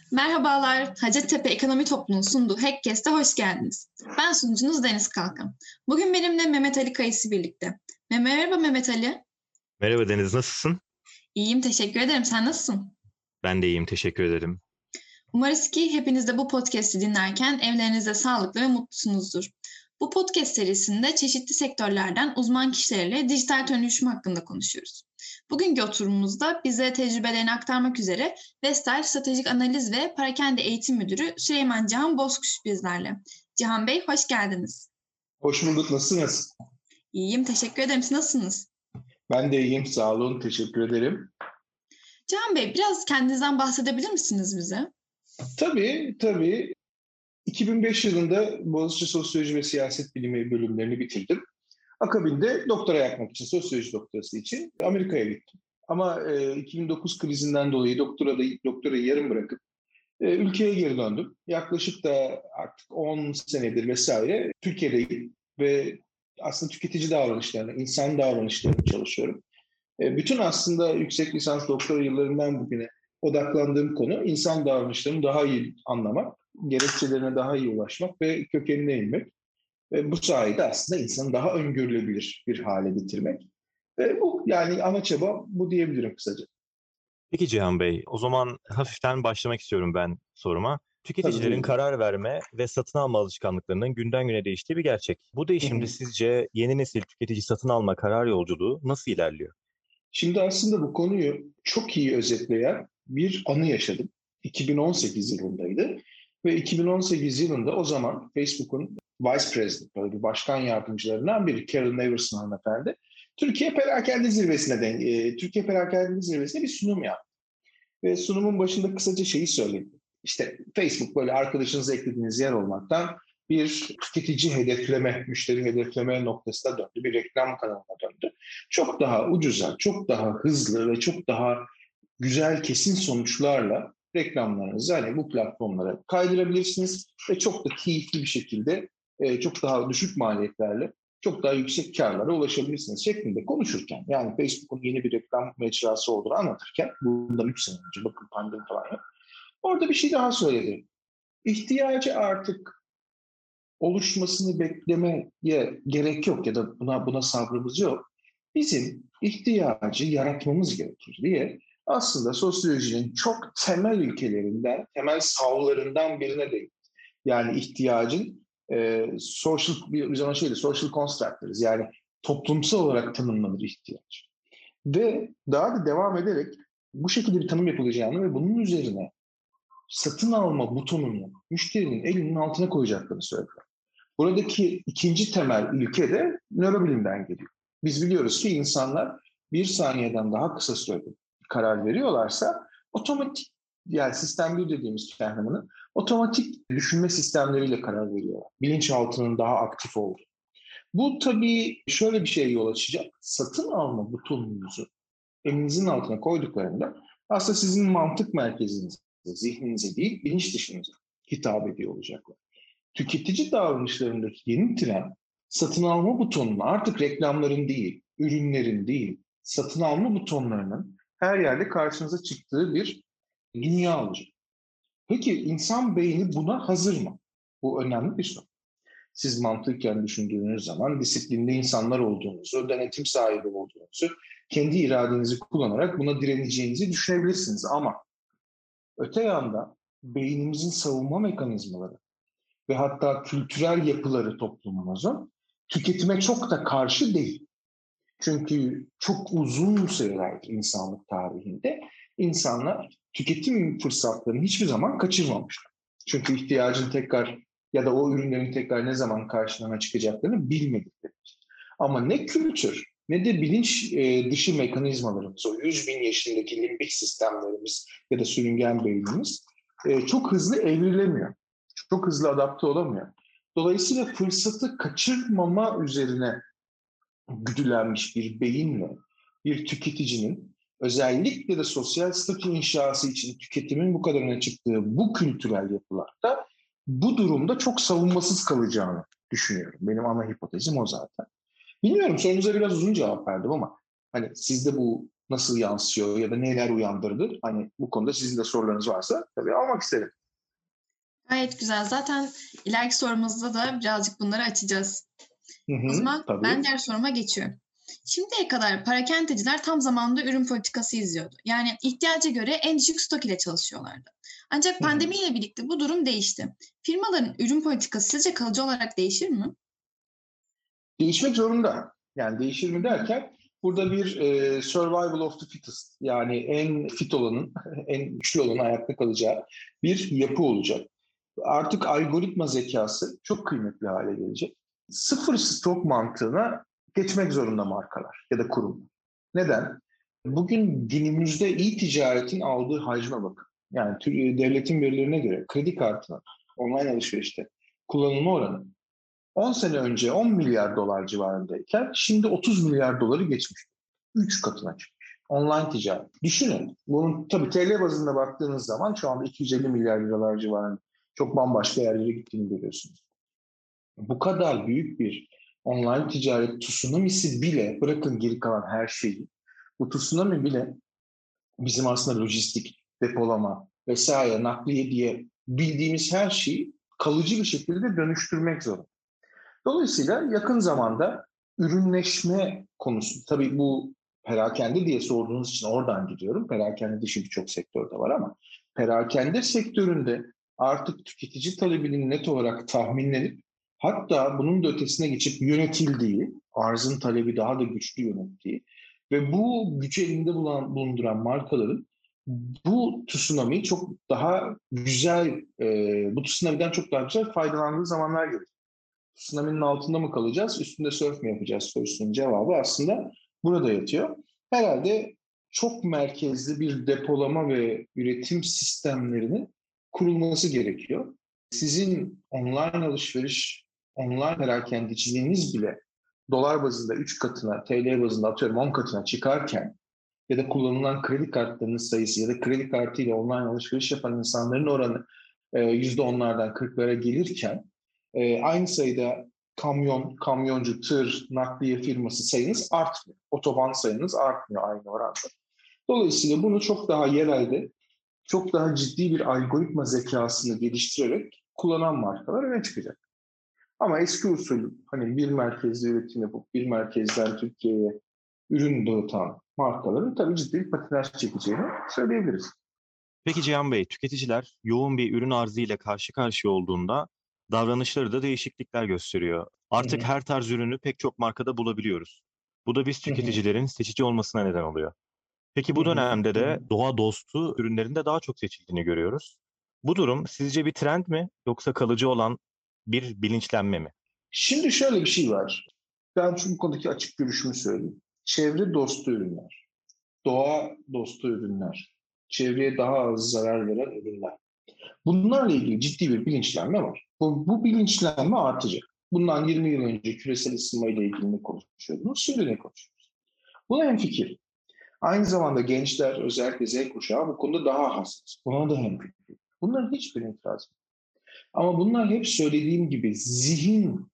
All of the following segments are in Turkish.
Merhabalar, Hacettepe Ekonomi Topluluğu'nun sunduğu Hackcast'e hoş geldiniz. Ben sunucunuz Deniz Kalkan. Bugün benimle Mehmet Ali Kayısı birlikte. Merhaba Mehmet Ali. Merhaba Deniz, nasılsın? İyiyim, teşekkür ederim. Sen nasılsın? Ben de iyiyim, teşekkür ederim. Umarız ki hepiniz de bu podcast'i dinlerken evlerinizde sağlıklı ve mutlusunuzdur. Bu podcast serisinde çeşitli sektörlerden uzman kişilerle dijital dönüşüm hakkında konuşuyoruz. Bugünkü oturumumuzda bize tecrübelerini aktarmak üzere Vestel Stratejik Analiz ve Parakende Eğitim Müdürü Süleyman Cihan Bozkuş bizlerle. Cihan Bey, hoş geldiniz. Hoş bulduk, nasılsınız? İyiyim, teşekkür ederim. Siz nasılsınız? Ben de iyiyim, sağ olun, teşekkür ederim. Cihan Bey, biraz kendinizden bahsedebilir misiniz bize? Tabii. 2005 yılında Boğaziçi Sosyoloji ve Siyaset Bilimi bölümlerini bitirdim. Akabinde doktora yapmak için, sosyoloji doktorası için Amerika'ya gittim. Ama 2009 krizinden dolayı doktorayı yarım bırakıp ülkeye geri döndüm. Yaklaşık da artık 10 senedir vesaire Türkiye'deyim ve aslında tüketici davranışlarına, insan davranışlarına çalışıyorum. Bütün aslında yüksek lisans doktora yıllarından bugüne odaklandığım konu insan davranışlarını daha iyi anlamak, gerekçelerine daha iyi ulaşmak ve kökenine inmek. Ve bu sayede aslında insanı daha öngörülebilir bir hale getirmek. Ve bu yani ana çaba bu diyebilirim kısaca. Peki Cihan Bey, o zaman hafiften başlamak istiyorum ben soruma. Tüketicilerin Tabii. karar verme ve satın alma alışkanlıklarının günden güne değiştiği bir gerçek. Bu değişimde sizce yeni nesil tüketici satın alma karar yolculuğu nasıl ilerliyor? Şimdi aslında bu konuyu çok iyi özetleyen bir anı yaşadım. 2018 yılındaydı ve 2018 yılında o zaman Facebook'un Vice President, böyle bir başkan yardımcılarından biri Carol Neverson hanımefendi, Türkiye Perakende Zirvesi'ne bir sunum yaptı. Ve sunumun başında kısaca şeyi söyledi. İşte Facebook böyle arkadaşınıza eklediğiniz yer olmaktan bir tüketici hedefleme, müşteri hedefleme noktasına döndü. Bir reklam kanalına döndü. Çok daha ucuza, çok daha hızlı ve çok daha güzel, kesin sonuçlarla reklamlarınızı hani bu platformlara kaydırabilirsiniz ve çok da keyifli bir şekilde çok daha düşük maliyetlerle çok daha yüksek karlara ulaşabilirsiniz şeklinde konuşurken, yani Facebook'un yeni bir reklam mecrası olduğunu anlatırken, bundan 3 sene önce, bakın pandemi falan yok, orada bir şey daha söyledi. İhtiyacı artık oluşmasını beklemeye gerek yok ya da buna sabrımız yok. Bizim ihtiyacı yaratmamız gerekir diye aslında sosyolojinin çok temel ilkelerinden, temel savlarından birine değil. Yani ihtiyacın social construct deriz. Yani toplumsal olarak tanımlanır ihtiyaç. Ve daha da devam ederek bu şekilde bir tanım yapılacağını ve bunun üzerine satın alma butonunu müşterinin elinin altına koyacaklarını söylüyor. Buradaki ikinci temel ilke de nörobilimden geliyor. Biz biliyoruz ki insanlar bir saniyeden daha kısa sürede karar veriyorlarsa otomatik, yani sistem 1 dediğimiz kavramının otomatik düşünme sistemleriyle karar veriyorlar. Bilinçaltının daha aktif olduğu. Bu tabii şöyle bir şeye yol açacak. Satın alma butonunuzu elinizin altına koyduklarında aslında sizin mantık merkezinize, zihninize değil, bilinç dışınıza hitap ediyor olacaklar. Tüketici davranışlarındaki yeni trend, satın alma butonunu artık reklamların değil, ürünlerin değil, satın alma butonlarının her yerde karşınıza çıktığı bir dünya olacak. Peki insan beyni buna hazır mı? Bu önemli bir soru. Siz mantıken düşündüğünüz zaman disiplinli insanlar olduğunuzu, denetim sahibi olduğunuzu, kendi iradenizi kullanarak buna direneceğinizi düşünebilirsiniz. Ama öte yanda beynimizin savunma mekanizmaları ve hatta kültürel yapıları toplumumuzun tüketime çok da karşı değil. Çünkü çok uzun süreler insanlık tarihinde insanlar tüketim fırsatlarını hiçbir zaman kaçırmamışlar. Çünkü ihtiyacın tekrar ya da o ürünlerin tekrar ne zaman karşılarına çıkacaklarını bilmedikleri. Ama ne kültür ne de bilinç dışı mekanizmalarımız, o 100 bin yaşındaki limbik sistemlerimiz ya da sürüngen beynimiz çok hızlı evrilemiyor. Çok hızlı adapte olamıyor. Dolayısıyla fırsatı kaçırmama üzerine güdülenmiş bir beyinle bir tüketicinin özellikle de sosyal statü inşası için tüketimin bu kadar öne çıktığı bu kültürel yapılarda bu durumda çok savunmasız kalacağını düşünüyorum. Benim ana hipotezim o zaten. Bilmiyorum, sorunuza biraz uzun cevap verdim ama hani siz de bu nasıl yansıyor ya da neler uyandırdı? Hani bu konuda sizin de sorularınız varsa tabii almak isterim. Gayet güzel. Zaten ileriki sorumuzda da birazcık bunları açacağız. Hı O hı, zaman ben tabii. diğer soruma geçiyorum. Şimdiye kadar parakendeciler tam zamanlı ürün politikası izliyordu. Yani ihtiyaca göre en düşük stok ile çalışıyorlardı. Ancak Hı hı. pandemiyle birlikte bu durum değişti. Firmaların ürün politikası sizce kalıcı olarak değişir mi? Değişmek zorunda. Yani değişir mi derken burada bir survival of the fittest, yani en fit olanın, en güçlü olanın ayakta kalacağı bir yapı olacak. Artık algoritma zekası çok kıymetli hale gelecek. Sıfır stok mantığına geçmek zorunda markalar ya da kurumlar. Neden? Bugün günümüzde ticaretin aldığı hacme bakın. Yani devletin verilerine göre kredi kartının online alışverişte kullanılma oranı 10 sene önce 10 milyar dolar civarındayken şimdi 30 milyar doları geçmiş. 3 katına çıkmış. Online ticaret. Düşünün. Bunun tabii TL bazında baktığınız zaman şu anda 250 milyar liralar civarında çok bambaşka yerlere gittiğini görüyorsunuz. Bu kadar büyük bir online ticaret tsunamisi bile, bırakın geri kalan her şeyi, bu tsunami bile bizim aslında lojistik, depolama vesaire, nakliye diye bildiğimiz her şeyi kalıcı bir şekilde dönüştürmek zorunda. Dolayısıyla yakın zamanda ürünleşme konusu, tabii bu perakende diye sorduğunuz için oradan gidiyorum. Perakende dışı birçok sektörde var ama perakende sektöründe artık tüketici talebinin net olarak tahminlenip hatta bunun da ötesine geçip yönetildiği, arzın talebi daha da güçlü yönettiği ve bu gücü elinde bulunduran markaların bu tsunami'yi çok daha güzel, bu tsunami'den çok daha güzel faydalandığı zamanlar gelecek. Tsunami'nin altında mı kalacağız, üstünde sörf mü yapacağız sorusunun cevabı aslında burada yatıyor. Herhalde çok merkezli bir depolama ve üretim sistemlerinin kurulması gerekiyor. Sizin online alışveriş, online perakendeciliğiniz bile dolar bazında 3 katına, TL bazında atıyorum 10 katına çıkarken ya da kullanılan kredi kartlarının sayısı ya da kredi kartıyla online alışveriş yapan insanların oranı %10'lardan 40'lara gelirken aynı sayıda kamyoncu, tır, nakliye firması sayınız artmıyor. Otoban sayınız artmıyor aynı oranda. Dolayısıyla bunu çok daha yerelde, çok daha ciddi bir algoritma zekasını geliştirerek kullanan markalar öne çıkacak. Ama eski usul hani bir merkezli üretim yapıp bir merkezden Türkiye'ye ürün dağıtan markaların tabii ciddi bir patinaj çekeceğini söyleyebiliriz. Peki Cihan Bey, tüketiciler yoğun bir ürün arzı ile karşı karşıya olduğunda davranışları da değişiklikler gösteriyor. Hı Artık hı, her tarz ürünü pek çok markada bulabiliyoruz. Bu da biz hı hı, tüketicilerin seçici olmasına neden oluyor. Peki hı bu hı, dönemde hı de hı. doğa dostu ürünlerin de daha çok seçildiğini görüyoruz. Bu durum sizce bir trend mi yoksa kalıcı olan bir bilinçlenme mi? Şimdi şöyle bir şey var. Ben şu konudaki açık görüşümü söyleyeyim. Çevre dostu ürünler, doğa dostu ürünler, çevreye daha az zarar veren ürünler. Bunlarla ilgili ciddi bir bilinçlenme var. Bu bilinçlenme artacak. Bundan 20 yıl önce küresel ısınma ile ilgili ne konuşuyordunuz? Şimdi ne konuşuyoruz? Buna hemfikir. Aynı zamanda gençler, özellikle Z kuşağı bu konuda daha hassas. Buna da hemfikir. Bunların hiçbirine itiraz yok. Ama bunlar hep söylediğim gibi zihin,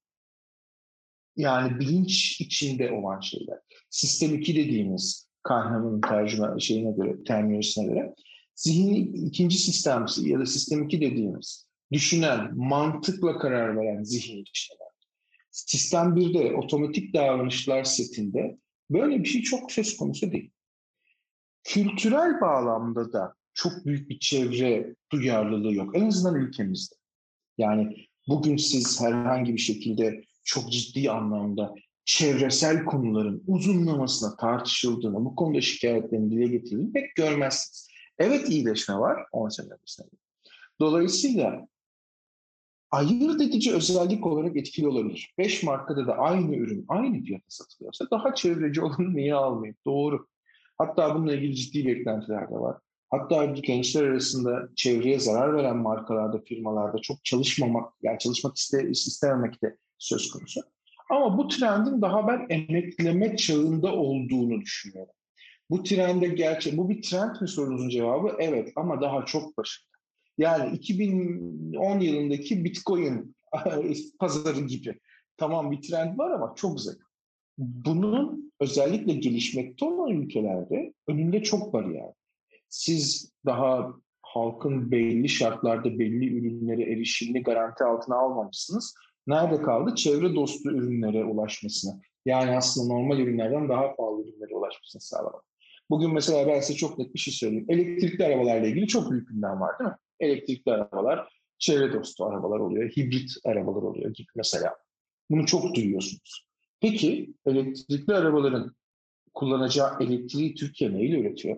yani bilinç içinde olan şeyler. Sistem 2 dediğimiz Kahneman'ın tercüme şeyine göre, terminolojisine göre zihin ikinci sistem ya da sistem 2 dediğimiz düşünen, mantıkla karar veren zihin işler. Sistem 1'de otomatik davranışlar setinde böyle bir şey çok söz konusu değil. Kültürel bağlamda da çok büyük bir çevre duyarlılığı yok. En azından ülkemizde. Yani bugün siz herhangi bir şekilde çok ciddi anlamda çevresel konuların uzunlamasına tartışıldığını, bu konuda şikayetlerin dile getirildiğini pek görmezsiniz. Evet, iyileşme var 10 sene öncesinde. Dolayısıyla ayırt edici özellik olarak etkili olabilir. 5 markada da aynı ürün aynı fiyata satılıyorsa daha çevreci olanı niye almayayım? Doğru. Hatta bununla ilgili ciddi beklentiler de var. Hatta gençler arasında çevreye zarar veren markalarda, firmalarda çok çalışmamak, yani çalışmak istememek de söz konusu. Ama bu trendin daha ben emekleme çağında olduğunu düşünüyorum. Bu trende bu bir trend mi sorunuzun cevabı? Evet, ama daha çok başında. Yani 2010 yılındaki Bitcoin pazarı gibi. Tamam, bir trend var ama çok zayıf. Bunun özellikle gelişmekte olan ülkelerde önünde çok bariyer. Siz daha halkın belli şartlarda belli ürünlere erişimini garanti altına almamışsınız. Nerede kaldı? Çevre dostu ürünlere ulaşmasını. Yani aslında normal ürünlerden daha pahalı ürünlere ulaşmasını sağlamak. Bugün mesela ben size çok net bir şey söyleyeyim. Elektrikli arabalarla ilgili çok büyük gündem var değil mi? Elektrikli arabalar, çevre dostu arabalar oluyor, hibrit arabalar oluyor gibi mesela. Bunu çok duyuyorsunuz. Peki elektrikli arabaların kullanacağı elektriği Türkiye neyle üretiyor?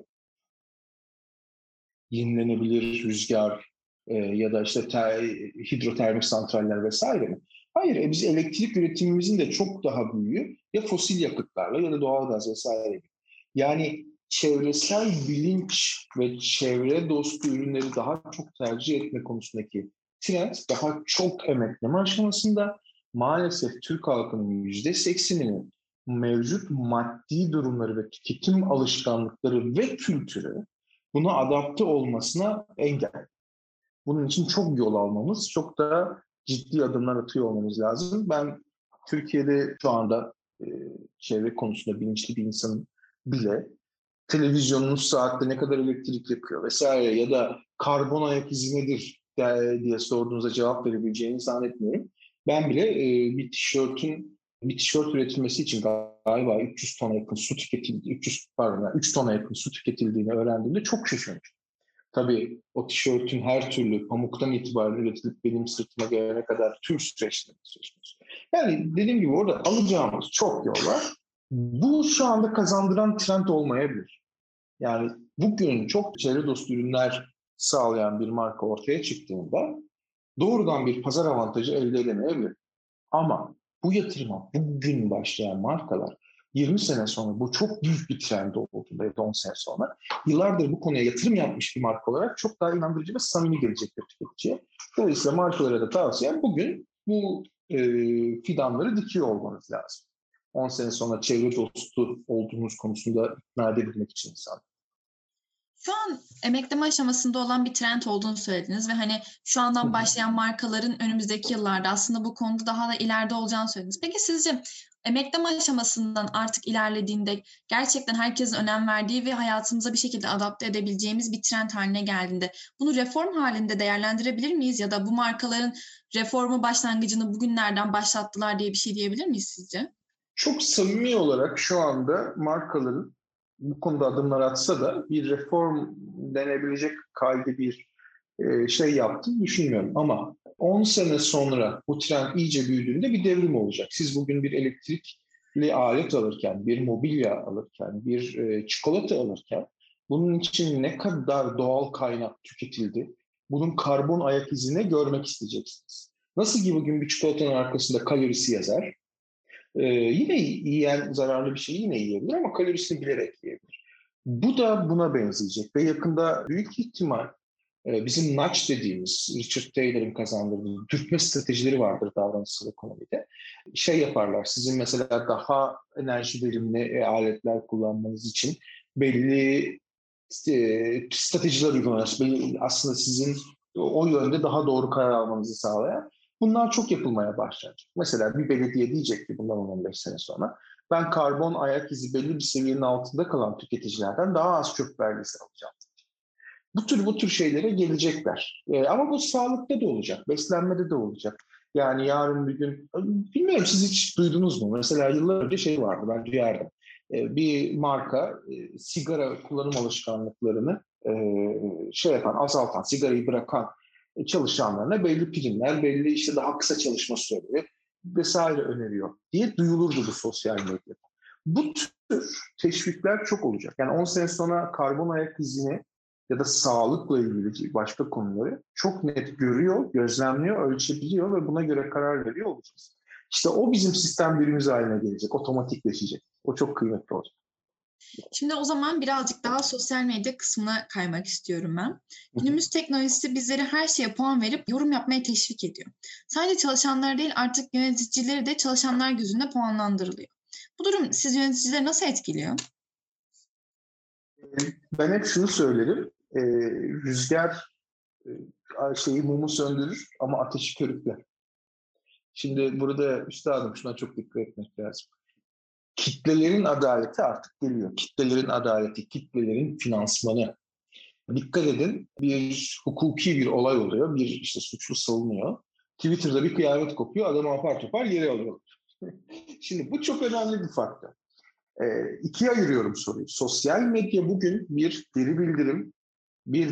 Yenilenebilir rüzgar ya da işte hidrotermik santraller vesaire mi? Hayır, biz elektrik üretimimizin de çok daha büyüğü ya fosil yakıtlarla ya da doğalgaz vesaire. Yani çevresel bilinç ve çevre dostu ürünleri daha çok tercih etme konusundaki trend daha çok emekleme aşamasında. Maalesef Türk halkının %80'inin mevcut maddi durumları ve tüketim alışkanlıkları ve kültürü buna adapte olmasına engel. Bunun için çok yol almamız, çok da ciddi adımlar atıyor olmamız lazım. Ben Türkiye'de şu anda e, çevre konusunda bilinçli bir insanın bile televizyonunuz saatte ne kadar elektrik yakıyor vesaire ya da karbon ayak izi nedir diye sorduğunuzda cevap verebileceğini zannetmiyorum. Ben bile bir tişört üretilmesi için galiba 300 tona yakın su tüketildi, 300 pardon, yani 3 tona yakın su tüketildiğini öğrendiğimde çok şaşırmıştım. Tabii o tişörtün her türlü pamuktan itibaren üretilip benim sırtıma gelene kadar tüm süreçleri söz konusu. Yani dediğim gibi orada alacağımız çok yol var. Bu şu anda kazandıran trend olmayabilir. Yani bugün çok çevre dostu ürünler sağlayan bir marka ortaya çıktığında doğrudan bir pazar avantajı elde edemeyebilir. Ama bu yatırıma bugün başlayan markalar 20 sene sonra bu çok büyük bir trend olduğunda ya da 10 sene sonra yıllardır bu konuya yatırım yapmış bir marka olarak çok daha inandırıcı ve samimi gelecektir tüketiciye. Dolayısıyla markalara da tavsiyem bugün bu fidanları dikiyor olmanız lazım. 10 sene sonra çevre dostu olduğunuz konusunda ikna edebilmek için insan. Şu an emekleme aşamasında olan bir trend olduğunu söylediniz ve hani şu andan başlayan markaların önümüzdeki yıllarda aslında bu konuda daha da ileride olacağını söylediniz. Peki sizce emekleme aşamasından artık ilerlediğinde gerçekten herkesin önem verdiği ve hayatımıza bir şekilde adapte edebileceğimiz bir trend haline geldiğinde bunu reform halinde değerlendirebilir miyiz ya da bu markaların reformu başlangıcını bugünlerden başlattılar diye bir şey diyebilir miyiz sizce? Çok samimi olarak şu anda markaların bu konuda adımlar atsa da bir reform denebilecek kalbi bir şey yaptığını düşünmüyorum. Ama 10 sene sonra bu trend iyice büyüdüğünde bir devrim olacak. Siz bugün bir elektrikli alet alırken, bir mobilya alırken, bir çikolata alırken bunun için ne kadar doğal kaynak tüketildi, bunun karbon ayak izini görmek isteyeceksiniz. Nasıl ki bugün bir çikolatanın arkasında kalorisi yazar, yine yiyen zararlı bir şeyi yine yiyebilir ama kalorisini bilerek yiyebilir. Bu da buna benzeyecek ve yakında büyük ihtimal bizim nudge dediğimiz Richard Taylor'ın kazandırdığı dürtme stratejileri vardır davranışsal ekonomide. Şey yaparlar, sizin mesela daha enerji verimli aletler kullanmanız için belli stratejiler uygulanır. Aslında sizin o yönde daha doğru karar almanızı sağlayan. Bunlar çok yapılmaya başlanacak. Mesela bir belediye diyecek ki bundan 15 sene sonra ben karbon ayak izi belli bir seviyenin altında kalan tüketicilerden daha az çöp vergisi alacağım. Bu tür şeylere gelecekler. Ama bu sağlıkta da olacak, beslenmede de olacak. Yani yarın bir gün, bilmiyorum siz hiç duydunuz mu? Mesela yıllar önce şey vardı, ben duyardım. Bir marka sigara kullanım alışkanlıklarını şey yapan, azaltan, sigarayı bırakan çalışanlarına belli primler, belli işte daha kısa çalışma süreleri vesaire öneriyor diye duyulurdu bu sosyal medyada. Bu tür teşvikler çok olacak. Yani 10 sene sonra karbon ayak izini ya da sağlıkla ilgili başka konuları çok net görüyor, gözlemliyor, ölçebiliyor ve buna göre karar veriyor olacağız. İşte o bizim sistem birimiz haline gelecek, otomatikleşecek. O çok kıymetli olacak. Şimdi o zaman birazcık daha sosyal medya kısmına kaymak istiyorum ben. Günümüz teknolojisi bizleri her şeye puan verip yorum yapmaya teşvik ediyor. Sadece çalışanlar değil artık yöneticileri de çalışanlar gözünde puanlandırılıyor. Bu durum siz yöneticileri nasıl etkiliyor? Ben hep şunu söylerim, rüzgar mumu söndürür ama ateşi körükler. Şimdi burada üstadım şuna çok dikkat etmek lazım. Kitlelerin adaleti artık geliyor. Kitlelerin adaleti, kitlelerin finansmanı. Dikkat edin, bir hukuki bir olay oluyor, bir işte suçlu salınıyor. Twitter'da bir kıyamet kopuyor, adamı apar topar geri alıyorlar. Şimdi bu çok önemli bir faktör. İkiye ayırıyorum soruyu. Sosyal medya bugün bir geri bildirim, bir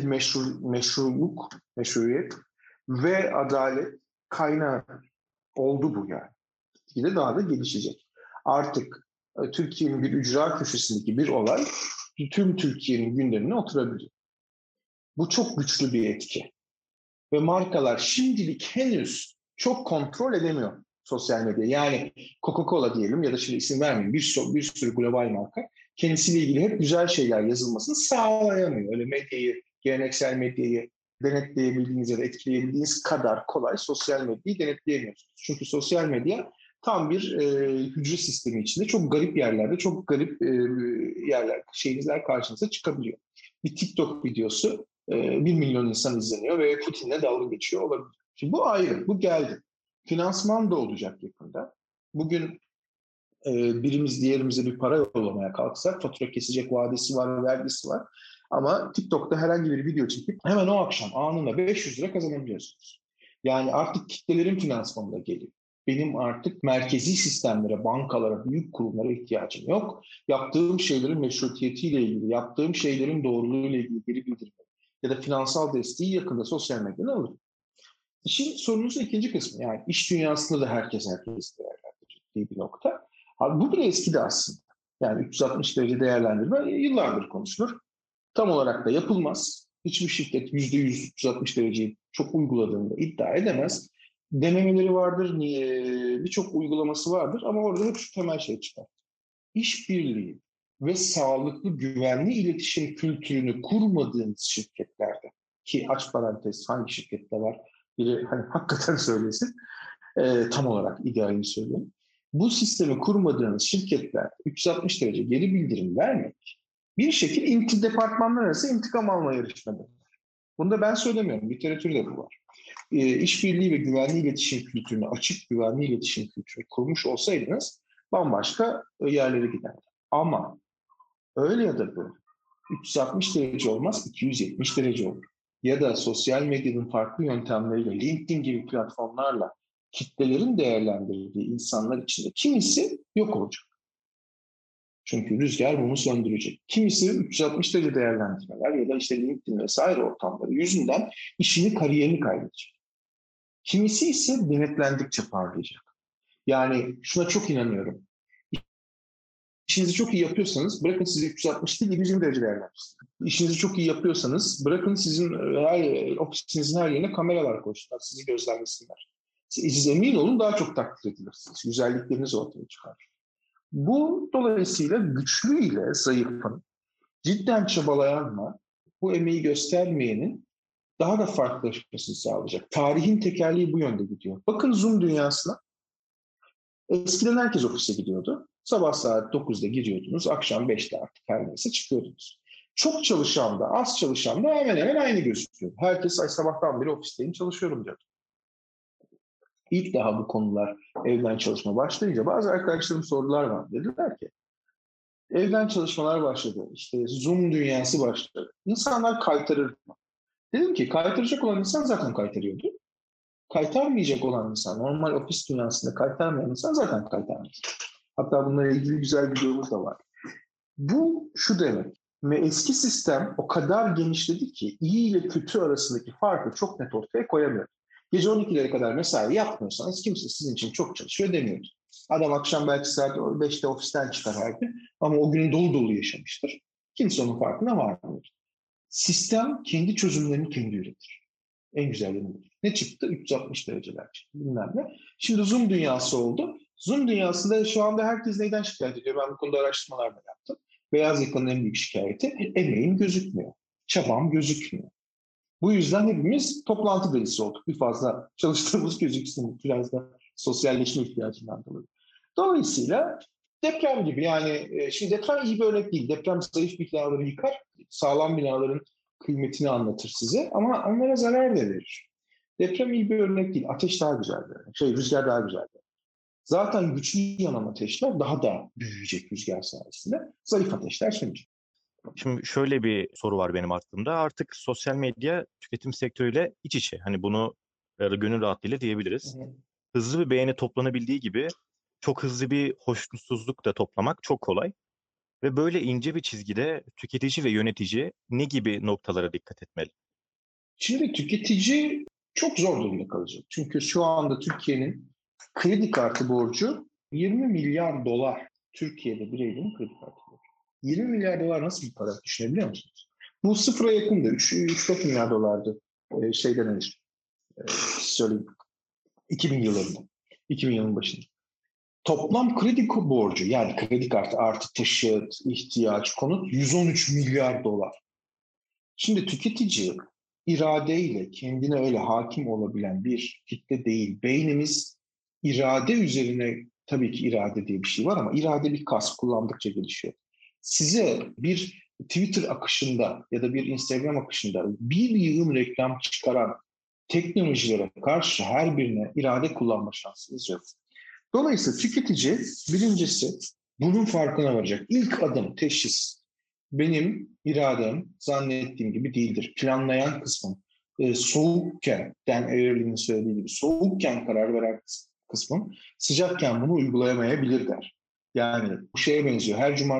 meşruiyet ve adalet kaynağı oldu bu yani. Yine daha da gelişecek. Artık Türkiye'nin bir ücra köşesindeki bir olay tüm Türkiye'nin gündemine oturabiliyor. Bu çok güçlü bir etki. Ve markalar şimdilik henüz çok kontrol edemiyor sosyal medya. Yani Coca-Cola diyelim ya da şimdi isim vermeyeyim bir sürü global marka kendisiyle ilgili hep güzel şeyler yazılmasını sağlayamıyor. Öyle medyayı, geleneksel medyayı denetleyebildiğiniz ya da etkileyebildiğiniz kadar kolay sosyal medyayı denetleyemiyorsunuz. Çünkü sosyal medya tam bir hücre sistemi içinde çok garip yerlerde, çok garip şeyler karşınıza çıkabiliyor. Bir TikTok videosu 1 milyon insan izleniyor ve Putin'le dalga geçiyor olabilir. Şimdi bu ayrı, bu geldi. Finansman da olacak yakında. Bugün birimiz diğerimize bir para yollamaya kalksak fatura kesecek vadesi var, vergisi var. Ama TikTok'ta herhangi bir video çekip hemen o akşam anında 500 lira kazanabiliyorsunuz. Yani artık kitlelerin finansmanı da geliyor. Benim artık merkezi sistemlere, bankalara, büyük kurumlara ihtiyacım yok. Yaptığım şeylerin meşrutiyetiyle ilgili, yaptığım şeylerin doğruluğuyla ilgili geri bildirme ya da finansal desteği yakında sosyal medyadan alırım. İşin sorunuzun ikinci kısmı, yani iş dünyasında da herkes değerlendirecek diye bir nokta. Abi bu bile eskidi aslında. Yani 360 derece değerlendirme yıllardır konuşulur. Tam olarak da yapılmaz. Hiçbir şirket %100 360 dereceyi çok uyguladığını iddia edemez. Denemeleri vardır, birçok uygulaması vardır ama orada hep şu temel şey çıkar. İşbirliği ve sağlıklı, güvenli iletişim kültürünü kurmadığınız şirketlerde, ki aç parantez hangi şirkette var, biri hani hakikaten söylesin, tam olarak idealini söylüyorum. Bu sistemi kurmadığınız şirketler 360 derece geri bildirim vermek bir şekil departmanlar arası intikam alma yarışmadır. Bunu da ben söylemiyorum, literatürde bu var. İşbirliği ve güvenli iletişim kültürünü, açık güvenli iletişim kültürünü kurmuş olsaydınız bambaşka yerlere giderdi. Ama öyle ya da böyle 360 derece olmaz, 270 derece olur. Ya da sosyal medyanın farklı yöntemleriyle, LinkedIn gibi platformlarla kitlelerin değerlendirdiği insanlar içinde kimisi yok olacak. Çünkü rüzgar bunu söndürecek. Kimisi 360 derece değerlendirmeler ya da işte LinkedIn vesaire ortamları yüzünden işini, kariyerini kaybedecek. Kimisi ise denetlendikçe parlayacak. Yani şuna çok inanıyorum. İşinizi çok iyi yapıyorsanız bırakın sizi 360 değil 720 derece değerlendirsin. İşinizi çok iyi yapıyorsanız bırakın sizin ofisinizin her yerine kameralar koysunlar, sizi gözlemlesinler. Siz emin olun daha çok takdir edilirsiniz. Güzellikleriniz ortaya çıkar. Bu dolayısıyla güçlü ile zayıfın, cidden çabalayanla bu emeği göstermeyenin daha da farklılaşmasını sağlayacak. Tarihin tekerleği bu yönde gidiyor. Bakın Zoom dünyasına. Eskiden herkes ofise gidiyordu. Sabah saat 9'da giriyordunuz, akşam 5'te artık her neyse çıkıyordunuz. Çok çalışan da, az çalışan da hemen hemen aynı gözüküyor. Herkes sabahtan beri ofisteyim, çalışıyorum diyordu. İlk daha bu konular evden çalışma başlayınca bazı arkadaşlarım sorular var. Dediler ki, evden çalışmalar başladı, işte Zoom dünyası başladı. İnsanlar kaytarır mı? Dedim ki kaytaracak olan insan zaten kaytarıyordu. Kaytarmayacak olan insan, normal ofis dünyasında kaytarmayan insan zaten kaytarmaz. Hatta bununla ilgili güzel bir videomuz da var. Bu şu demek, eski sistem o kadar genişledi ki iyi ile kötü arasındaki farkı çok net ortaya koyamıyor. Gece 12'lere kadar mesai yapmıyorsanız kimse sizin için çok çalışıyor demiyordu. Adam akşam belki saat 5'te ofisten çıkar her gün ama o günü dolu dolu yaşamıştır. Kimse onun farkına varmıyor. Sistem kendi çözümlerini kendi üretir. En güzelleri budur. Ne çıktı? 360 dereceler çıktı. Bilmem ne. Şimdi Zoom dünyası oldu. Zoom dünyasında şu anda herkes neyden şikayet ediyor? Ben bu konuda araştırmalar da yaptım. Beyaz yakanın en büyük şikayeti emeğim gözükmüyor. Çabam gözükmüyor. Bu yüzden hepimiz toplantı delisi olduk. Bir fazla çalıştığımız gözüksün. Biraz da sosyalleşme ihtiyacından dolayı. Dolayısıyla deprem gibi yani şimdi deprem iyi bir örnek değil. Deprem zayıf binaları yıkar. Sağlam binaların kıymetini anlatır size ama onlara zarar da verir. Deprem iyi bir örnek değil. Ateş daha güzel bir örnek. Rüzgar daha güzel bir örnek. Zaten güçlü yanan ateşler daha da büyüyecek rüzgar sayesinde. Zayıf ateşler sönecek. Şimdi şöyle bir soru var benim aklımda. Artık sosyal medya tüketim sektörüyle iç içe. Hani bunu gönül rahatlığıyla diyebiliriz. Hızlı bir beğeni toplanabildiği gibi çok hızlı bir hoşnutsuzluk da toplamak çok kolay. Ve böyle ince bir çizgide tüketici ve yönetici ne gibi noktalara dikkat etmeli? Şimdi tüketici çok zor durumda kalacak. Çünkü şu anda Türkiye'nin kredi kartı borcu 20 milyar dolar. Türkiye'de bireylerin kredi kartı borcu. 20 milyar dolar nasıl bir para düşünebiliyor musunuz? Bu sıfıra yakındı. 3-4 milyar dolardı şeyden önce. Söyleyeyim. 2000 yıllarında. 2000 yılın başında. Toplam kredi borcu yani kredi kartı artı taşıt, ihtiyaç, konut 113 milyar dolar. Şimdi tüketici iradeyle kendine öyle hakim olabilen bir kitle değil. Beynimiz irade üzerine tabii ki irade diye bir şey var ama irade bir kas kullandıkça gelişiyor. Size bir Twitter akışında ya da bir Instagram akışında bir yığın reklam çıkaran teknolojilere karşı her birine irade kullanma şansınız yok. Dolayısıyla tüketici birincisi bunun farkına varacak. İlk adım teşhis. Benim iradem zannettiğim gibi değildir. Planlayan kısmım, soğukken, Dan Ariely'nin söylediği gibi soğukken karar veren kısmım sıcakken bunu uygulayamayabilir der. Yani bu şeye benziyor.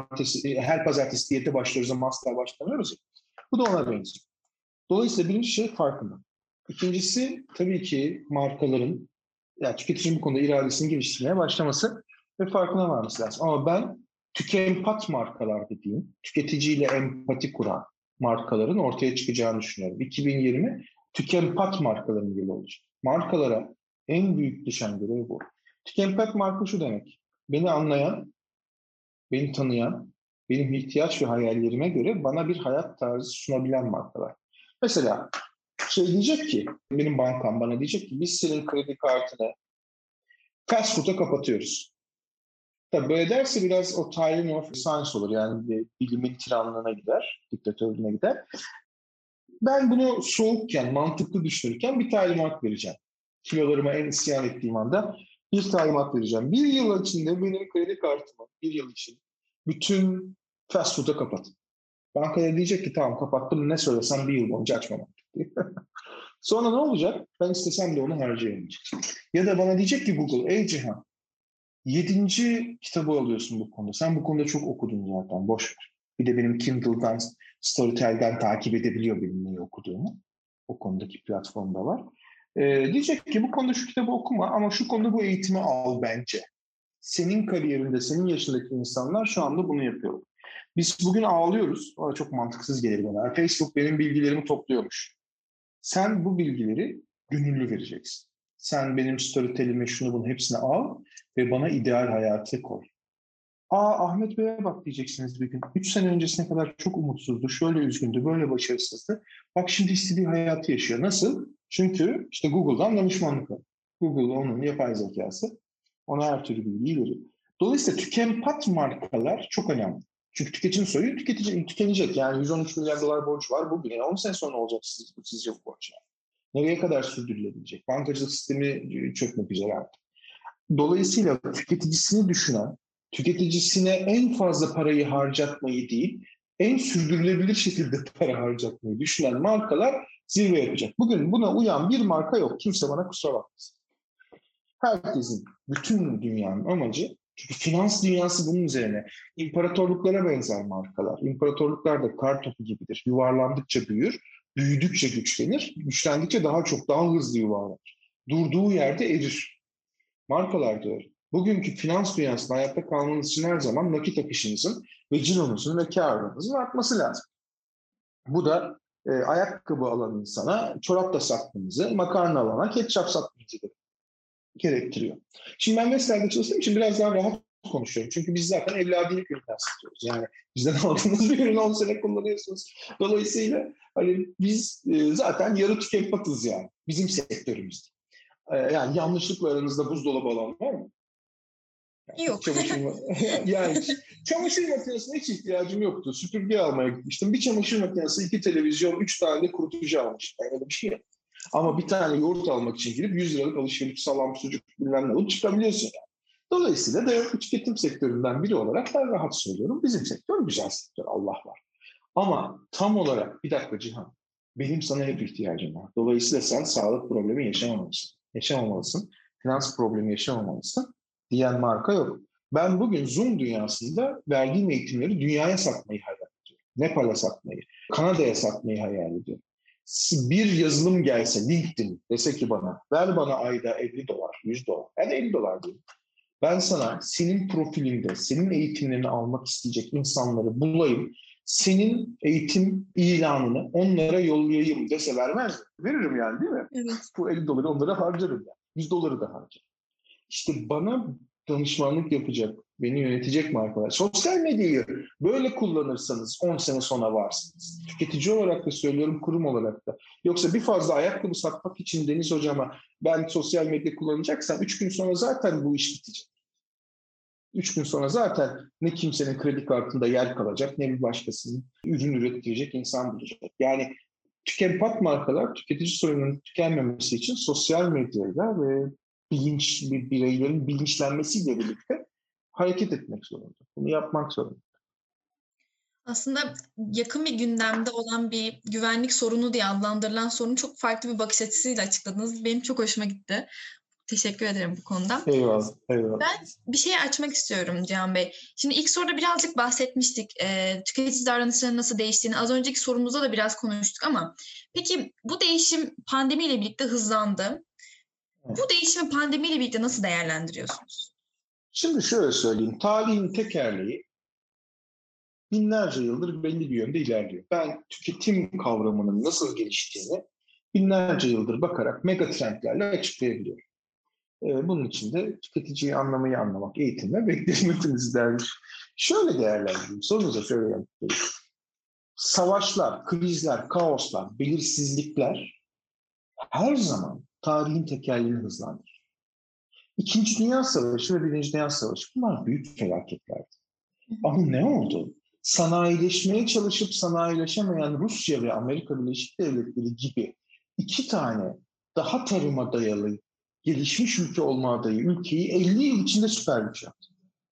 Her pazartesi diyete başlıyoruz ama asla başlamıyoruz ya. Bu da ona benziyor. Dolayısıyla birinci şey farkında. İkincisi tabii ki markaların yani tüketicinin bu konuda iradesini geliştirmeye başlaması ve farkına varması lazım. Ama ben tükempat markalar dediğim, tüketiciyle empati kuran markaların ortaya çıkacağını düşünüyorum. 2020 tükempat markaların yılı olacak. Markalara en büyük düşen görev bu. Tükempat marka şu demek, beni anlayan, beni tanıyan, benim ihtiyaç ve hayallerime göre bana bir hayat tarzı sunabilen markalar. Mesela diyecek ki, benim bankam bana diyecek ki biz senin kredi kartını fast food'a kapatıyoruz. Tabii böyle derse biraz o tyranny of science olur. Yani bilimin tiranlığına gider, diktatörlüğüne gider. Ben bunu soğukken, mantıklı düşünürken bir talimat vereceğim. Kilolarıma en isyan ettiğim anda bir talimat vereceğim. Bir yıl içinde benim kredi kartımı, bir yıl için bütün fast food'a kapatın. Bankaya diyecek ki tamam kapattım ne söylesem bir yıl boyunca açmamam. Sonra ne olacak? Ben istesem de onu harcayamayacağım. Ya da bana diyecek ki Google, ey Cihan, 7. kitabı alıyorsun bu konuda. Sen bu konuda çok okudun zaten, boş ver. Bir de benim Kindle'dan, Storytel'den takip edebiliyor benim neyi okuduğumu. O konudaki platformda var. Diyecek ki bu konuda şu kitabı okuma ama şu konuda bu eğitimi al bence. Senin kariyerinde, senin yaşındaki insanlar şu anda bunu yapıyor. Biz bugün ağlıyoruz. O da çok mantıksız gelir bana. Facebook benim bilgilerimi topluyormuş. Sen bu bilgileri gönüllü vereceksin. Sen benim Storytel'ime şunu bunu hepsini al ve bana ideal hayatı koy. Ahmet Bey'e bak diyeceksiniz bir gün. 3 sene öncesine kadar çok umutsuzdu, şöyle üzgündü, böyle başarısızdı. Bak şimdi istediği hayatı yaşıyor. Nasıl? Çünkü işte Google'dan danışmanlık alıyor. Google onun yapay zekası. Ona her türlü bilgiyi veriyor. Dolayısıyla tükempat markalar çok önemli. Çünkü tüketicinin soyu tükenecek. Yani 113 milyar dolar borç var bugün. Yani 10 sene sonra olacak sizce bu borç. Yani. Nereye kadar sürdürülebilecek? Bankacılık sistemi çökmek üzere artık. Dolayısıyla tüketicisini düşünen, tüketicisine en fazla parayı harcatmayı değil, en sürdürülebilir şekilde para harcatmayı düşünen markalar zirve yapacak. Bugün buna uyan bir marka yok. Kimse bana kusura bakmasın. Herkesin, bütün dünyanın amacı, çünkü finans dünyası bunun üzerine. İmparatorluklara benzer markalar. İmparatorluklar da kar topu gibidir. Yuvarlandıkça büyür, büyüdükçe güçlenir, güçlendikçe daha çok, daha hızlı yuvarlanır. Durduğu yerde erir. Markalar da öyle. Bugünkü finans dünyasında hayatta kalmanız için her zaman nakit akışınızın ve cironuzun ve kârınızın artması lazım. Bu da ayakkabı alan insana çorap da satmanızı, makarna alana ketçap satmanızı gerektiriyor. Şimdi ben Vestel'de çalıştığım için biraz daha rahat konuşuyorum. Çünkü biz zaten evladilik ürünler satıyoruz. Yani bizden aldığınız bir ürünü 10 sene kullanıyorsunuz. Dolayısıyla hani biz zaten yarı tükempatız yani. Bizim sektörümüzde. Yani yanlışlıkla aranızda buzdolabı alan var mı? Yok. Çamaşır makinesine hiç ihtiyacım yoktu. Süpürge almaya gitmiştim. Bir çamaşır makinesi, 2 televizyon, 3 tane de kurutucu almıştım. Yani öyle bir şey yok. Ama bir tane yoğurt almak için girip 100 liralık alışveriş, salam, sucuk bilmem ne alıp çıkabiliyorsun yani. Dolayısıyla dayanıklı tüketim sektöründen biri olarak ben rahat söylüyorum. Bizim sektör güzel sektör, Allah var. Ama tam olarak bir dakika Cihan, benim sana hep ihtiyacım var. Dolayısıyla sen sağlık problemi yaşamamalısın. Finans problemi yaşamamalısın diyen marka yok. Ben bugün Zoom dünyasında verdiğim eğitimleri dünyaya satmayı hayal ediyorum. Nepal'e satmayı, Kanada'ya satmayı hayal ediyorum. Bir yazılım gelse, LinkedIn dese ki ver bana ayda 50 dolar, 100 dolar, yani 50 dolar diyeyim. Ben sana senin profilinde, senin eğitimlerini almak isteyecek insanları bulayım, senin eğitim ilanını onlara yollayayım dese vermez mi? Veririm yani, değil mi? Evet. Bu 50 doları onlara harcarım yani. 100 doları da harcarım. İşte bana danışmanlık yapacak, beni yönetecek markalar. Sosyal medyayı böyle kullanırsanız 10 sene sonra varsınız. Tüketici olarak da söylüyorum, kurum olarak da. Yoksa bir fazla ayakkabı satmak için Deniz Hocama ben sosyal medya kullanacaksam 3 gün sonra zaten bu iş bitecek. 3 gün sonra zaten ne kimsenin kredi kartında yer kalacak, ne bir başkasının ürün ürettirecek insan bulacak. Yani tükenpat markalar tüketici sorununun tükenmemesi için sosyal medyayla ve bireylerin bilinçlenmesiyle birlikte hareket etmek zorunda. Bunu yapmak zorunda. Aslında yakın bir gündemde olan bir güvenlik sorunu diye adlandırılan sorunu çok farklı bir bakış açısıyla açıkladınız. Benim çok hoşuma gitti. Teşekkür ederim bu konuda. Eyvallah, eyvallah. Ben bir şey açmak istiyorum Cihan Bey. Şimdi ilk soruda birazcık bahsetmiştik. Tüketici davranışlarının nasıl değiştiğini. Az önceki sorumuzda da biraz konuştuk ama peki bu değişim pandemiyle birlikte hızlandı. Bu değişimi pandemiyle birlikte nasıl değerlendiriyorsunuz? Şimdi şöyle söyleyeyim. Tarihin tekerleği binlerce yıldır belli bir yönde ilerliyor. Ben tüketim kavramının nasıl geliştiğini binlerce yıldır bakarak megatrendlerle açıklayabiliyorum. Bunun için de tüketiciyi anlamak, eğitim ve hizmetinizi dermiş. Şöyle değerlendireyim, sorunuza şöyle yanıtlayayım. Savaşlar, krizler, kaoslar, belirsizlikler her zaman tarihin tekerleğini hızlandırır. İkinci Dünya Savaşı ve Birinci Dünya Savaşı bunlar büyük felaketlerdi. Ama ne oldu? Sanayileşmeye çalışıp sanayileşemeyen Rusya ve Amerika Birleşik Devletleri gibi iki tane daha tarıma dayalı, gelişmiş ülke olma adayı ülkeyi 50 yıl içinde süper güç yaptı.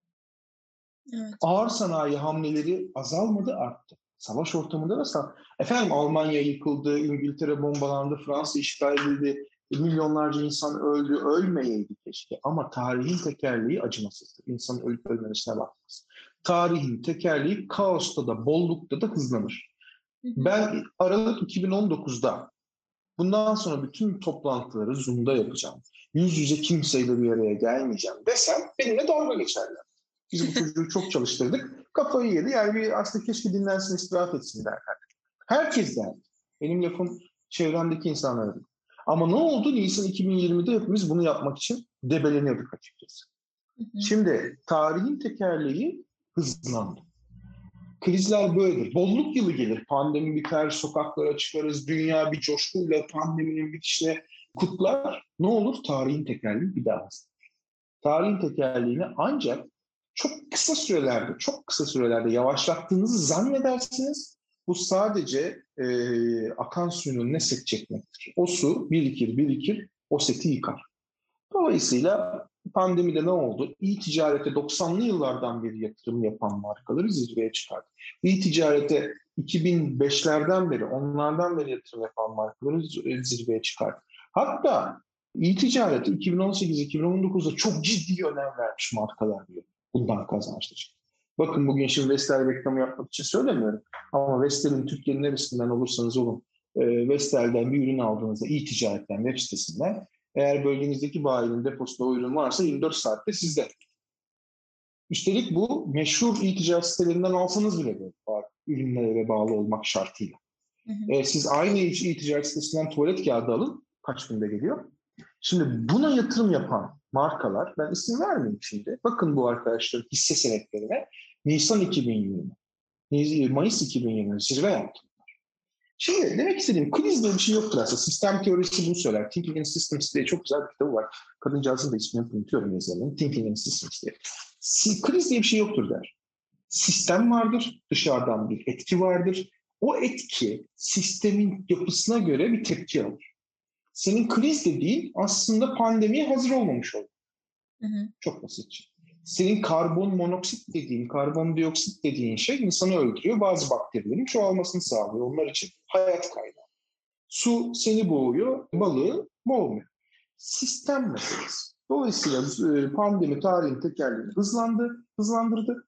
Evet. Ağır sanayi hamleleri azalmadı, arttı. Savaş ortamında da Almanya yıkıldı, İngiltere bombalandı, Fransa işgal edildi, milyonlarca insan öldü, ölmeyeydi keşke. Ama tarihin tekerleği acımasızdı. İnsanın ölüp ölmemesine bakmaz. Tarihin tekerleği kaosta da, bollukta da hızlanır. Ben Aralık 2019'da bundan sonra bütün toplantıları Zoom'da yapacağım. Yüz yüze kimseyle bir araya gelmeyeceğim desem benimle dalga geçerler. Biz bu çocuğu çok çalıştırdık. Kafayı yedi. Yani aslında keşke dinlensin, istirahat etsin derler. Herkes derdi. Benim lafım çevremdeki insanlara değil. Ama ne oldu? Nisan 2020'de hepimiz bunu yapmak için debeleniyorduk açıkçası. Şimdi tarihin tekerleği hızlandı. Krizler böyledir. Bolluk yılı gelir. Pandemi biter, sokaklara çıkarız, dünya bir coşkuyla pandeminin bitişine kutlar. Ne olur? Tarihin tekerleği bir daha hızlanır. Tarihin tekerleğini ancak çok kısa sürelerde yavaşlattığınızı zannedersiniz. Bu sadece akan suyun önüne set çekmektir. O su birikir, o seti yıkar. Dolayısıyla pandemide ne oldu? İ-ticarete 90'lı yıllardan beri yatırım yapan markaları zirveye çıkardı. İ-ticarete 2005'lerden beri, onlardan beri yatırım yapan markaları zirveye çıkardı. Hatta İ-ticarete 2018-2019'da çok ciddi önem vermiş markalar diyor. Bundan kazançlı çıktı. Bakın bugün şimdi Vestel reklamı yapmak için söylemiyorum. Ama Vestel'in Türkiye'nin neresinden olursanız olun, Vestel'den bir ürün aldığınızda İ-ticaretten, web sitesinden, eğer bölgenizdeki bayinin deposunda o ürün varsa 24 saatte sizde. Üstelik bu meşhur İ-ticaret sitelerinden alsanız bile böyle ürünlere bağlı olmak şartıyla. Siz aynı İ-ticaret sitesinden tuvalet kağıdı alın, kaç günde geliyor. Şimdi buna yatırım yapan markalar, ben isim vermeyeyim şimdi. Bakın bu arkadaşların hisse senetlerine Nisan 2020, Mayıs 2020 zirve yaptılar. Şimdi demek istediğim kriz diye bir şey yoktur aslında. Sistem teorisi bunu söyler. Thinking in Systems diye çok güzel bir kitabı var. Kadıncağızın da ismini unutuyorum yazarının. Thinking in Systems diye. Kriz diye bir şey yoktur der. Sistem vardır, dışarıdan bir etki vardır. O etki sistemin yapısına göre bir tepki alır. Senin kriz dediğin aslında pandemiye hazır olmamış olur. Hı hı. Çok basit. Senin karbon monoksit dediğin, karbondioksit dediğin şey insanı öldürüyor. Bazı bakterilerin çoğalmasını sağlıyor. Onlar için hayat kaynağı. Su seni boğuyor, balığı boğmuyor. Sistem meselesi. Dolayısıyla pandemi tarihin tekerleğini hızlandırdı.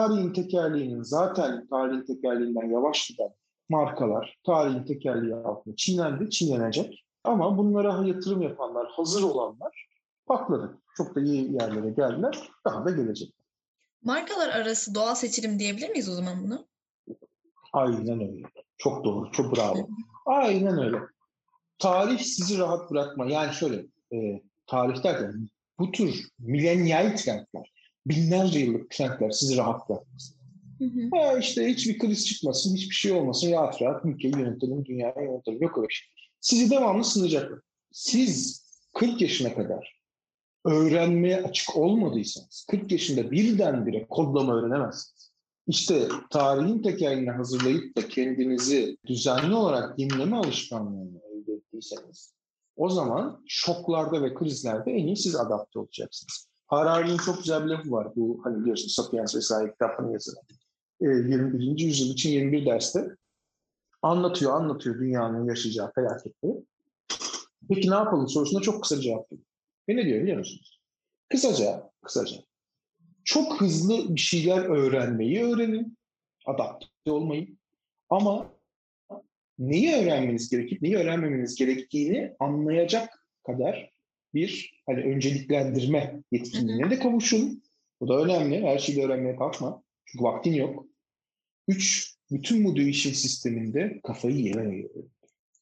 Tarihin tekerleğinden yavaş giden markalar tarihin tekerleği altında çiğnenecek. Ama bunlara yatırım yapanlar, hazır olanlar patladı. Çok da iyi yerlere geldiler. Daha da gelecek. Markalar arası doğal seçilim diyebilir miyiz o zaman bunu? Aynen öyle. Çok doğru, çok bravo. Aynen öyle. Tarih sizi rahat bırakma. Yani şöyle, tarih derken bu tür milenyal trendler, binlerce yıllık trendler sizi rahat bırakmaz. İşte hiçbir kriz çıkmasın, hiçbir şey olmasın, rahat rahat ülkeyi yönetelim, dünyayı yönetelim. Yok öyle şey. Sizi devamlı sınayacaklar. Siz 40 yaşına kadar öğrenmeye açık olmadıysanız, 40 yaşında birdenbire kodlama öğrenemezsiniz. İşte tarihin tekerleğini hazırlayıp da kendinizi düzenli olarak dinleme alışkanlığını elde ettiyseniz, o zaman şoklarda ve krizlerde en iyi siz adapte olacaksınız. Harari'nin çok güzel bir lafı var. Bu hani biliyorsunuz Sapiens vesaire kitaplarını yazılan. 21. yüzyıl için 21 derste anlatıyor dünyanın yaşayacağı felaketleri. Peki ne yapalım sorusuna çok kısa cevap veriyor. Ve ne diyor biliyor musunuz? Kısaca çok hızlı bir şeyler öğrenmeyi öğrenin, adapte olmayı. Ama neyi öğrenmeniz gerekip neyi öğrenmemeniz gerektiğini anlayacak kadar bir hani önceliklendirme yetkinliğine de kavuşun. Bu da önemli. Her şeyi öğrenmeye kalkma. Çünkü vaktin yok. 3. Bütün bu değişim sisteminde kafayı yememeye öğrenin.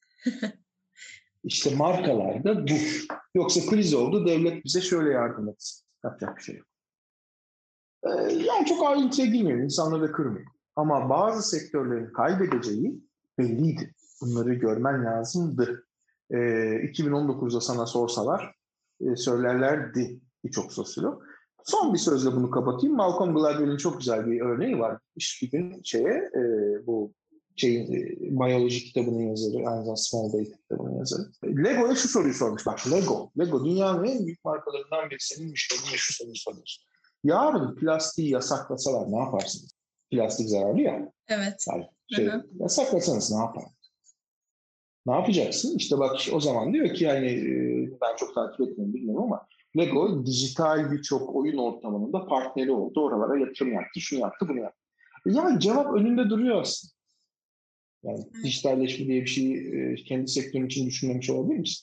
İşte markalarda bu. Yoksa kriz oldu, devlet bize şöyle yardım etsin. Yapacak bir şey yok. Yani çok ayrıntıya girmiyorum, insanları da kırmıyorum. Ama bazı sektörlerin kaybedeceği belliydi. Bunları görmen lazımdı. 2019'da sana sorsalar söylerlerdi birçok sosyolog. Son bir sözle bunu kapatayım. Malcolm Gladwell'in çok güzel bir örneği var. Bir gün bu biyoloji kitabının yazarı, aynı zamanda Small Data kitabının yazarı. Lego'ya şu soruyu sormuş. Bak Lego dünyanın en büyük markalarından biri. Senin müşterine şu soruyu soruyorsun. Yarın plastiği yasaklasalar ne yaparsınız? Plastik zararlı ya. Evet. Yani yasaklasanız ne yaparsınız? Ne yapacaksın? İşte bak o zaman diyor ki yani ben çok takip etmiyorum bilmiyorum ama Lego dijital birçok oyun ortamında partneri oldu. Oralara yatırım yaptı, şunu yaptı, bunu yaptı. Yani cevap önünde duruyor aslında. Yani dijitalleşme diye bir şeyi kendi sektörün için düşünmemiş olabilir misin?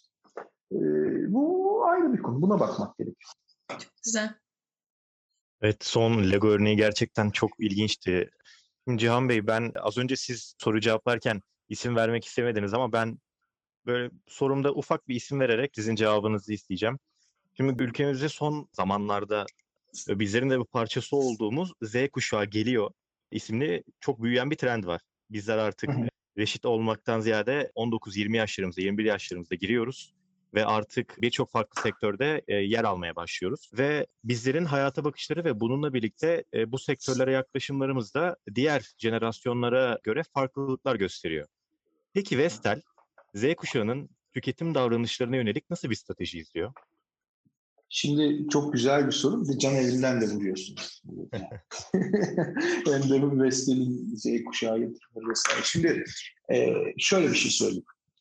Bu ayrı bir konu. Buna bakmak gerekiyor. Güzel. Evet, son Lego örneği gerçekten çok ilginçti. Şimdi Cihan Bey, ben az önce siz soru cevaplarken isim vermek istemediniz ama ben böyle sorumda ufak bir isim vererek sizin cevabınızı isteyeceğim. Şimdi ülkemizde son zamanlarda bizlerin de bir parçası olduğumuz Z kuşağı geliyor isimli çok büyüyen bir trend var. Bizler artık reşit olmaktan ziyade 19-20 yaşlarımıza, 21 yaşlarımıza giriyoruz ve artık birçok farklı sektörde yer almaya başlıyoruz. Ve bizlerin hayata bakışları ve bununla birlikte bu sektörlere yaklaşımlarımız da diğer jenerasyonlara göre farklılıklar gösteriyor. Peki Vestel, Z kuşağının tüketim davranışlarına yönelik nasıl bir strateji izliyor? Şimdi çok güzel bir soru. Bir de can evinden de vuruyorsunuz. Ender'in, Vestel'in, Z kuşağı yatırımları vesaire. Şimdi şöyle bir şey söyleyeyim.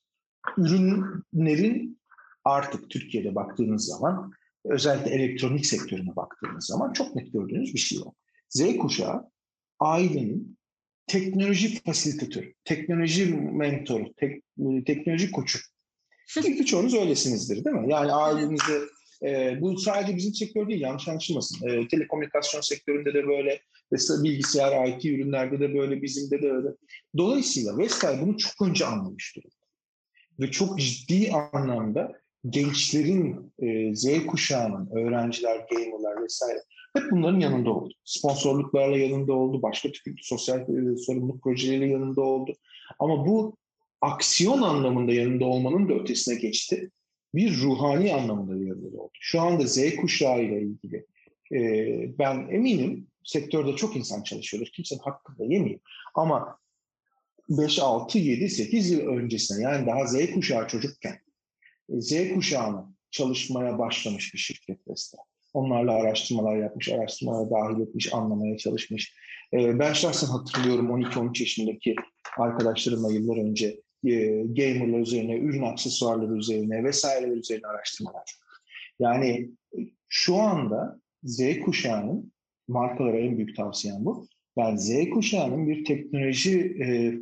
Ürünlerin artık Türkiye'de baktığınız zaman, özellikle elektronik sektörüne baktığınız zaman çok net gördüğünüz bir şey var. Z kuşağı ailenin teknoloji fasilitatörü, teknoloji mentoru, teknoloji koçu. Birçoğunuz öylesinizdir değil mi? Yani ailenizde bu sadece bizim sektör değil, yanlış anlaşılmasın. Telekomünikasyon sektöründe de böyle, bilgisayar, IT ürünlerde de böyle, bizimde de öyle. Dolayısıyla Vestel bunu çok önce anlamış durumda. Ve çok ciddi anlamda gençlerin, Z kuşağının, öğrenciler, gamerlar vesaire hep bunların yanında oldu. Sponsorluklarla yanında oldu, başka türlü sosyal sorumluluk projeleriyle yanında oldu. Ama bu aksiyon anlamında yanında olmanın da ötesine geçti. Bir ruhani anlamda yanında oldu. Şu anda Z kuşağı ile ilgili ben eminim sektörde çok insan çalışıyordur. Kimsenin hakkını da yemiyor. Ama 5, 6, 7, 8 yıl öncesine, yani daha Z kuşağı çocukken Z kuşağına çalışmaya başlamış bir şirket Vestel. Onlarla araştırmalar yapmış, araştırmalara dahil etmiş, anlamaya çalışmış. Ben şahsen hatırlıyorum 12-13 yaşındaki arkadaşlarımla yıllar önce gamerlar üzerine, ürün aksesuarları üzerine vesaireler üzerine araştırmalar. Yani şu anda Z kuşağının, markalara en büyük tavsiyem bu. Yani Z kuşağının bir teknoloji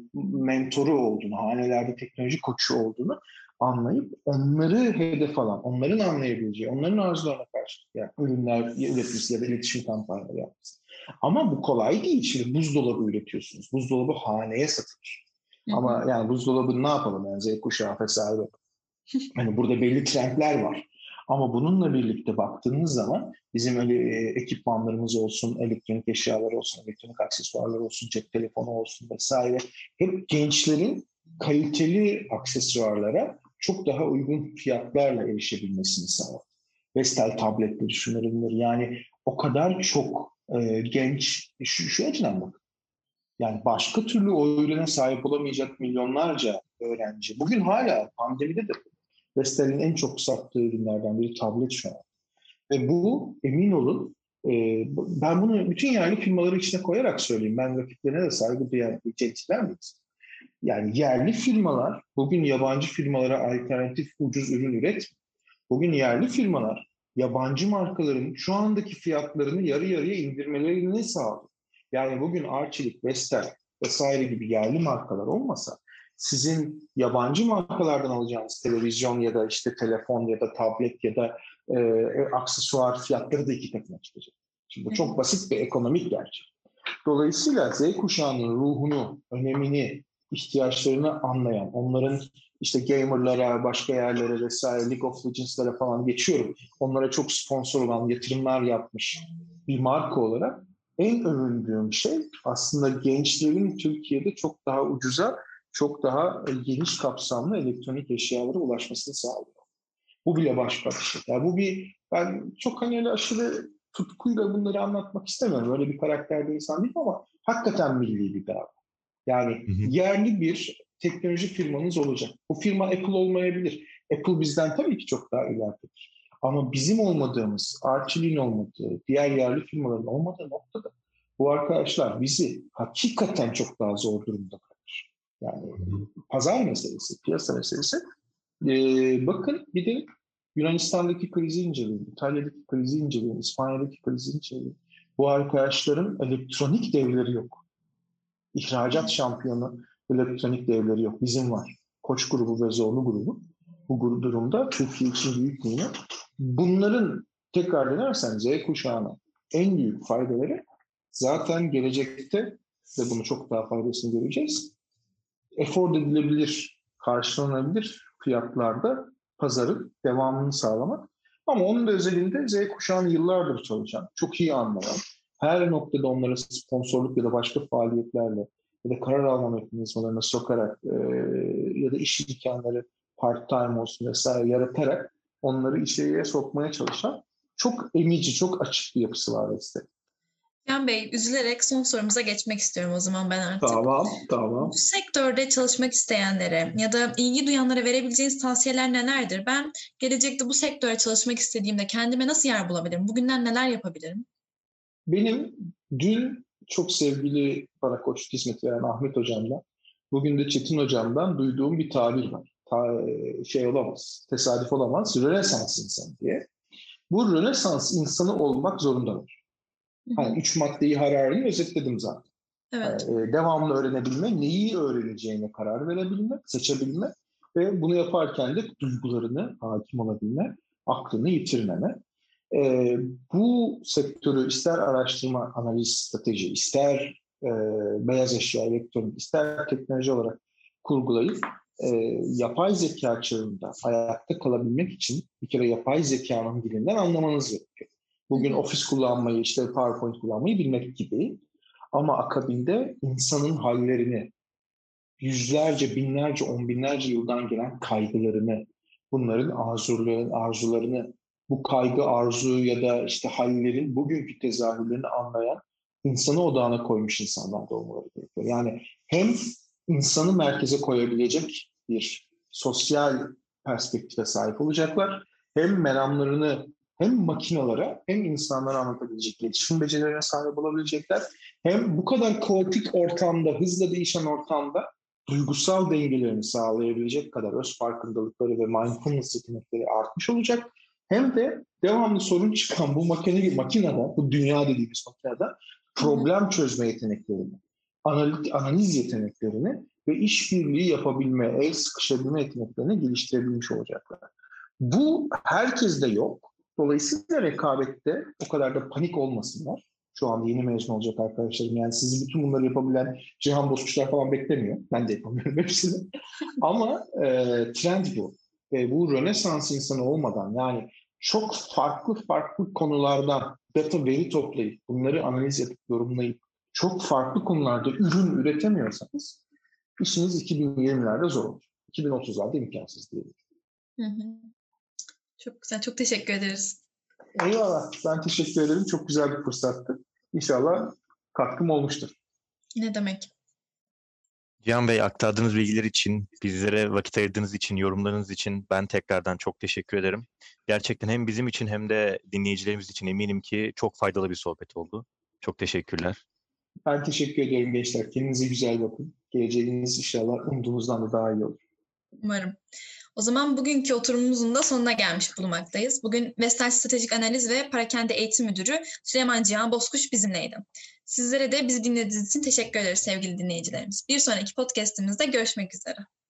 mentoru olduğunu, hanelerde teknoloji koçu olduğunu anlayıp onları hedef alan, onların anlayabileceği, onların arzularına karşı yani ürünler üretmesi ya da iletişim kampanyaları yapması. Ama bu kolay değil. Şimdi buzdolabı üretiyorsunuz. Buzdolabı haneye satılır. Ama yani buzdolabını ne yapalım yani Z kuşağı vesaire. Hani burada belli trendler var. Ama bununla birlikte baktığınız zaman bizim öyle ekipmanlarımız olsun, elektronik eşyalar olsun, elektronik aksesuarlar olsun, cep telefonu olsun vesaire hep gençlerin kaliteli aksesuarlara çok daha uygun fiyatlarla erişebilmesini sağlar. Vestel tabletleri düşünülür. Yani o kadar çok genç, şu açıdan bak. Yani başka türlü o ürüne sahip olamayacak milyonlarca öğrenci. Bugün hala pandemide de Vestel'in en çok sattığı ürünlerden biri tablet şu an. Ve bu emin olun ben bunu bütün yerli firmaları içine koyarak söyleyeyim. Ben rakiplerine de saygı duyan bir centilmen miyiz? Yani yerli firmalar bugün yabancı firmalara alternatif ucuz ürün üretmiyor. Bugün yerli firmalar yabancı markaların şu andaki fiyatlarını yarı yarıya indirmelerini sağlıyor. Yani bugün Arçelik, Vestel vesaire gibi yerli markalar olmasa sizin yabancı markalardan alacağınız televizyon ya da işte telefon ya da tablet ya da aksesuar fiyatları da iki katına çıkacak. Şimdi bu çok basit bir ekonomik gerçek. Dolayısıyla Z kuşağının ruhunu, önemini, ihtiyaçlarını anlayan, onların işte gamerlara, başka yerlere vesaire, League of Legends'lara falan geçiyorum. Onlara çok sponsor olan, yatırımlar yapmış bir marka olarak en övündüğüm şey aslında gençlerin Türkiye'de çok daha ucuza, çok daha geniş kapsamlı elektronik eşyalara ulaşmasını sağlıyor. Bu bile başka bir şey. Yani bu ben çok hani öyle aşırı tutkuyla bunları anlatmak istemiyorum. Öyle bir karakterde insan değilim ama hakikaten milli bir dava. Yani yerli bir teknoloji firmanız olacak. Bu firma Apple olmayabilir. Apple bizden tabii ki çok daha ileridedir. Ama bizim olmadığımız, Arçelik'in olmadığı, diğer yerli firmaların olmadığı noktada bu arkadaşlar bizi hakikaten çok daha zor durumda bırakır. Yani pazar meselesi, piyasa meselesi. Bakın bir de Yunanistan'daki krizi inceleyin, İtalya'daki krizi inceleyin, İspanya'daki krizi inceleyin. Bu arkadaşların elektronik devleri yok. İhracat şampiyonu elektronik devleri yok. Bizim var. Koç grubu ve Zorlu grubu. Bu durumda Türkiye için büyük nimet. Bunların tekrar dönersen Z kuşağına en büyük faydaları zaten gelecekte ve bunu çok daha faydasını göreceğiz. Afford edilebilir, karşılanabilir fiyatlarda pazarın devamını sağlamak. Ama onun da özelinde Z kuşağını yıllardır çalışan, çok iyi anlayan, her noktada onlara sponsorluk ya da başka faaliyetlerle ya da karar alma mekanizmalarına sokarak ya da iş imkanları part-time olsun vesaire yaratarak onları içeriye sokmaya çalışan çok emici, çok açık bir yapısı var Vestel'in. Can Bey, üzülerek son sorumuza geçmek istiyorum o zaman ben artık. Tamam. Bu sektörde çalışmak isteyenlere ya da ilgi duyanlara verebileceğiniz tavsiyeler nelerdir? Ben gelecekte bu sektöre çalışmak istediğimde kendime nasıl yer bulabilirim? Bugünden neler yapabilirim? Benim dün çok sevgili bana koçluk hizmeti veren Ahmet Hocam'dan, bugün de Çetin Hocam'dan duyduğum bir tabir var. Olamaz, tesadüf olamaz, Rönesans insanı diye. Bu Rönesans insanı olmak zorundalar. Hani 3 maddeyi hararını özetledim zaten. Evet. Yani, devamlı öğrenebilme, neyi öğreneceğine karar verebilme, seçebilme ve bunu yaparken de duygularını hakim olabilme, aklını yitirmeme. Bu sektörü ister araştırma, analiz, strateji, ister beyaz eşya, elektronik, ister teknoloji olarak kurgulayıp yapay zeka çağında ayakta kalabilmek için bir kere yapay zekanın dilinden anlamanız gerekiyor. Bugün Office kullanmayı, işte PowerPoint kullanmayı bilmek gibi. Ama akabinde insanın hallerini, yüzlerce, binlerce, on binlerce yıldan gelen kaygılarını, bunların arzularını, bu kaygı, arzu ya da işte hallerin bugünkü tezahürlerini anlayan, insanı odağına koymuş insanlar da olmaları gerekiyor. Yani hem insanı merkeze koyabilecek bir sosyal perspektife sahip olacaklar, hem meramlarını hem makinalara hem insanlara anlatabilecek iletişim becerilerine sahip olabilecekler. Hem bu kadar kaotik ortamda, hızla değişen ortamda duygusal dengelerini sağlayabilecek kadar öz farkındalıkları ve mindfulness yetenekleri artmış olacak. Hem de devamlı sorun çıkan bu makinede, bu dünya dediğimiz makinede problem çözme yeteneklerini, analiz yeteneklerini ve işbirliği yapabilme, el sıkışabilme yeteneklerini geliştirebilmiş olacaklar. Bu herkeste yok. Dolayısıyla rekabette o kadar da panik olmasınlar. Şu anda yeni mezun olacak arkadaşlarım. Yani sizi bütün bunları yapabilen Cihan Bozkuşlar falan beklemiyor. Ben de yapamıyorum hepsini. Ama trend bu. Bu Rönesans insanı olmadan, yani çok farklı konulardan veri toplayıp bunları analiz edip yorumlayıp çok farklı konularda ürün üretemiyorsanız işiniz 2020'lerde zor olur. 2030'larda imkansız diyelim. Çok güzel. Çok teşekkür ederiz. Eyvallah. Ben teşekkür ederim. Çok güzel bir fırsattı. İnşallah katkım olmuştur. Ne demek? Cihan Bey, aktardığınız bilgiler için, bizlere vakit ayırdığınız için, yorumlarınız için ben tekrardan çok teşekkür ederim. Gerçekten hem bizim için hem de dinleyicilerimiz için eminim ki çok faydalı bir sohbet oldu. Çok teşekkürler. Ben teşekkür ediyorum gençler. Kendinize güzel bakın. Geleceğiniz inşallah umduğunuzdan da daha iyi olur. Umarım. O zaman bugünkü oturumumuzun da sonuna gelmiş bulunmaktayız. Bugün Vestel Stratejik Analiz ve Parakende Eğitim Müdürü Süleyman Cihan Bozkuş bizimleydi. Sizlere de bizi dinlediğiniz için teşekkür ederiz sevgili dinleyicilerimiz. Bir sonraki podcast'imizde görüşmek üzere.